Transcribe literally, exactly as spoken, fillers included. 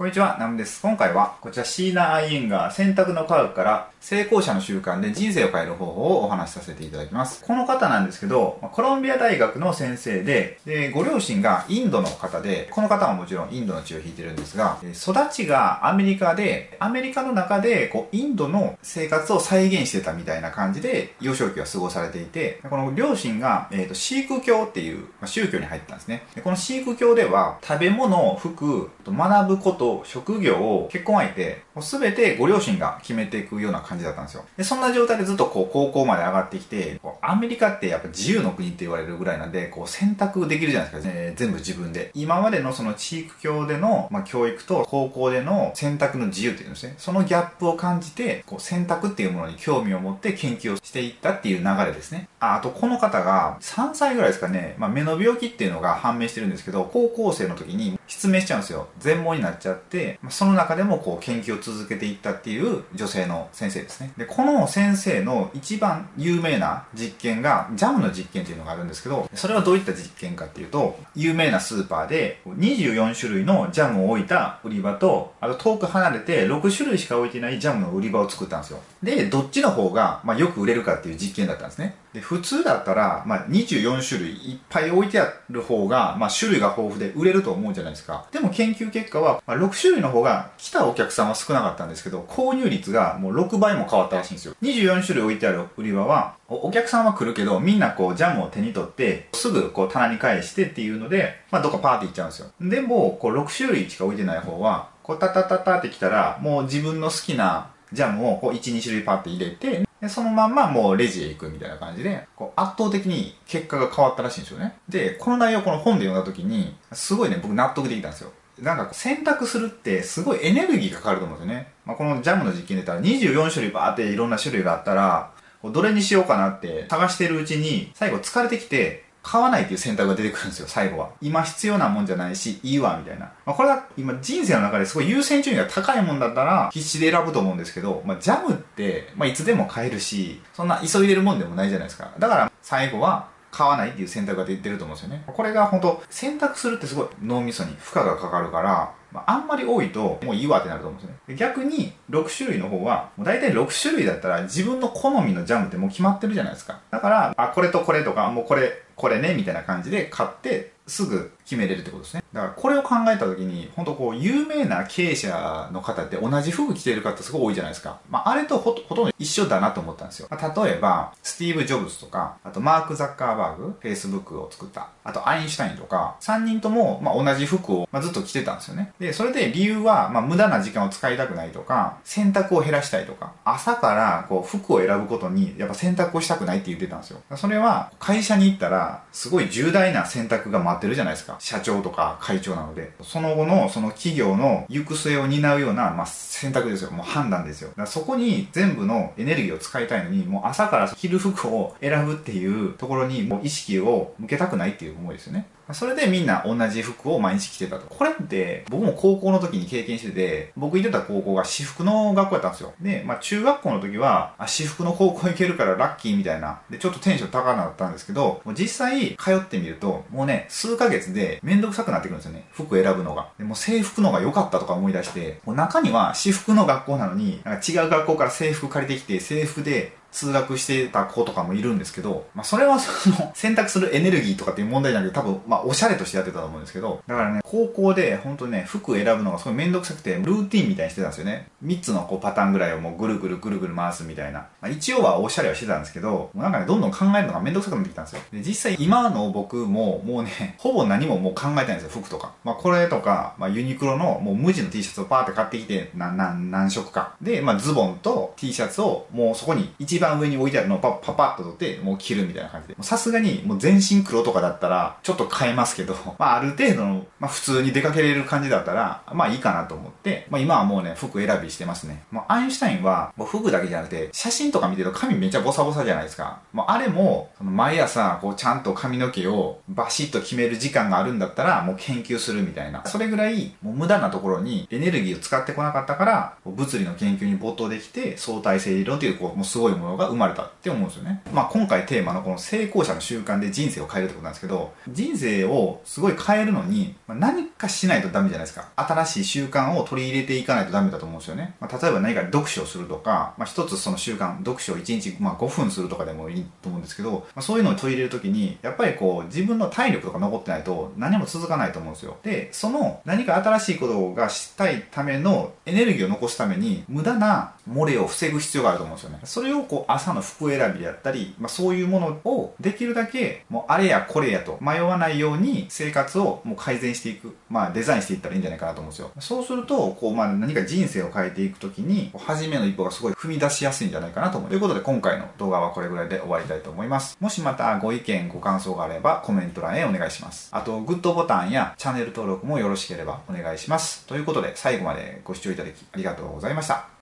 こんにちは、ナムです。今回は、こちらシーナ・アイエンガー選択の科学から成功者の習慣で人生を変える方法をお話しさせていただきます。この方なんですけど、コロンビア大学の先生で、でご両親がインドの方で、この方はもちろんインドの血を引いてるんですが、育ちがアメリカで、アメリカの中でこうインドの生活を再現してたみたいな感じで、幼少期は過ごされていて、この両親が、えーと、シーク教っていう宗教に入ってたんですね。でこのシーク教では、食べ物、服、学ぶこと、職業、結婚相手、すべてご両親が決めていくような感じだったんですよ。でそんな状態でずっとこう高校まで上がってきて、アメリカってやっぱ自由の国って言われるぐらいなんで、こう選択できるじゃないですか、えー、全部自分で。今までのその地域教での、まあ、教育と高校での選択の自由っていうんですね。そのギャップを感じて、こう選択っていうものに興味を持って研究をしていったっていう流れですね。あ、あとこの方がさんさいぐらいですかね、まあ、目の病気っていうのが判明してるんですけど、高校生の時に失明しちゃうんですよ。全盲になっちゃって、まあ、その中でもこう研究を続けていったっていう女性の先生ですね。で、この先生の一番有名な実験がジャムの実験っていうのがあるんですけど、それはどういった実験かっていうと、有名なスーパーでにじゅうよんしゅるいのジャムを置いた売り場と、あと遠く離れてろくしゅるいしか置いてないジャムの売り場を作ったんですよ。で、どっちの方が、まあ、よく売れるかっていう実験だったんですね。で、普通だったら、まあ、にじゅうよんしゅるいいっぱい置いてある方が、まあ、種類が豊富で売れると思うじゃないですか。でも研究結果は、まあ、ろくしゅるいの方が来たお客さんは少なかったんですけど、購入率がもうろくばいも変わったらしいんですよ。にじゅうよんしゅるい置いてある売り場は、お客さんは来るけど、みんなこうジャムを手に取って、すぐこう棚に返してっていうので、まあ、どっかパーって行っちゃうんですよ。でも、こうろくしゅるいしか置いてない方は、こうタタタタって来たら、もう自分の好きなジャムをこういち、にしゅるいパーって入れて、でそのまんまもうレジへ行くみたいな感じで、こう圧倒的に結果が変わったらしいんですよね。で、この内容をこの本で読んだ時に、すごいね、僕納得できたんですよ。なんか選択するってすごいエネルギーがかかると思うんですよね。まあ、このジャムの実験で言ったらにじゅうよんしゅるいバーっていろんな種類があったら、どれにしようかなって探してるうちに、最後疲れてきて、買わないっていう選択が出てくるんですよ、最後は。今必要なもんじゃないし、いいわ、みたいな。まあ、これは今人生の中ですごい優先順位が高いもんだったら、必死で選ぶと思うんですけど、まあ、ジャムって、まあ、いつでも買えるし、そんな急いでるもんでもないじゃないですか。だから、最後は、買わないっていう選択が出てると思うんですよね。これが本当選択するってすごい脳みそに負荷がかかるから、まあ、あんまり多いともういいわってなると思うんですよね。逆にろくしゅるいの方は、もう大体ろくしゅるいだったら自分の好みのジャムってもう決まってるじゃないですか。だから、あ、これとこれとか、もうこれ、これね、みたいな感じで買って、すぐ決めれるってことですね。だからこれを考えた時に、本当こう、有名な経営者の方って同じ服着てる方すごい多いじゃないですか。まあ、あれとほと、ほとんど一緒だなと思ったんですよ。まあ、例えば、スティーブ・ジョブズとか、あとマーク・ザッカーバーグ、Facebook を作った。あと、アインシュタインとか、さんにんとも、まあ、同じ服を、まあ、ずっと着てたんですよね。で、それで理由は、まあ、無駄な時間を使いたくないとか、選択を減らしたいとか、朝からこう、服を選ぶことに、やっぱ選択をしたくないって言ってたんですよ。それは、会社に行ったら、すごい重大な選択が待ってるじゃないですか。社長とか会長なので。その後の、その企業の行く末を担うような、まあ、選択ですよ。もう判断ですよ。だからそこに全部のエネルギーを使いたいのに、もう朝から着る服を選ぶっていうところに、もう意識を向けたくないっていう思いですよね。それでみんな同じ服を毎日着てたと。これって僕も高校の時に経験してて、僕行ってた高校が私服の学校やったんですよ。で、まあ中学校の時は、あ、私服の高校行けるからラッキーみたいな。で、ちょっとテンション高くなったんですけど、もう実際通ってみると、もうね、数ヶ月でめんどくさくなってくるんですよね。服選ぶのが。でもう制服の方が良かったとか思い出して、もう中には私服の学校なのに、なんか違う学校から制服借りてきて、制服で通学してた子とかもいるんですけど、まあそれはその選択するエネルギーとかっていう問題じゃなくて、多分まあおしゃれとしてやってたと思うんですけど、だからね、高校で本当にね、服選ぶのがすごいめんどくさくて、ルーティンみたいにしてたんですよね。みっつのこうパターンぐらいをもうぐるぐるぐるぐる回すみたいな。まあ、一応はおしゃれはしてたんですけど、もうなんかね、どんどん考えるのがめんどくさくなってきたんですよ。で、実際今の僕ももうね、ほぼ何ももう考えてないんですよ、服とか。まあこれとか、まあユニクロのもう無地の T シャツをパーって買ってきて、な、な、何色か。で、まあズボンと T シャツをもうそこに一番上に置いてあるのをパッパパッと取ってもう着るみたいな感じで、さすがにもう全身黒とかだったらちょっと変えますけど、まあある程度の、まあ普通に出かけれる感じだったらまあいいかなと思って、まあ今はもうね、服選びしてますね。もうアインシュタインはもう服だけじゃなくて、写真とか見てると髪めっちゃボサボサじゃないですか。もうあれもその毎朝こうちゃんと髪の毛をバシッと決める時間があるんだったらもう研究するみたいな、それぐらいもう無駄なところにエネルギーを使ってこなかったから、物理の研究に没頭できて相対性理論っていうこうもうすごいものが生まれたって思うんですよね。まあ今回テーマのこの成功者の習慣で人生を変えるってことなんですけど、人生をすごい変えるのに、まあ、何かしないとダメじゃないですか。新しい習慣を取り入れていかないとダメだと思うんですよね。まあ、例えば何か読書をするとか、まあ一つその習慣、読書をいちにちまあごふんするとかでもいいと思うんですけど、まあ、そういうのを取り入れるときに、やっぱりこう自分の体力とか残ってないと何も続かないと思うんですよ。で、その何か新しいことがしたいためのエネルギーを残すために無駄な漏れを防ぐ必要があると思うんですよね。それをこう朝の服選びであったり、まあ、そういうものをできるだけもうあれやこれやと迷わないように生活をもう改善していく、まあデザインしていったらいいんじゃないかなと思うんですよ。そうすると、こうまあ何か人生を変えていくときに、初めの一歩がすごい踏み出しやすいんじゃないかなと思う。ということで今回の動画はこれぐらいで終わりたいと思います。もしまたご意見ご感想があればコメント欄へお願いします。あとグッドボタンやチャンネル登録もよろしければお願いします。ということで最後までご視聴いただきありがとうございました。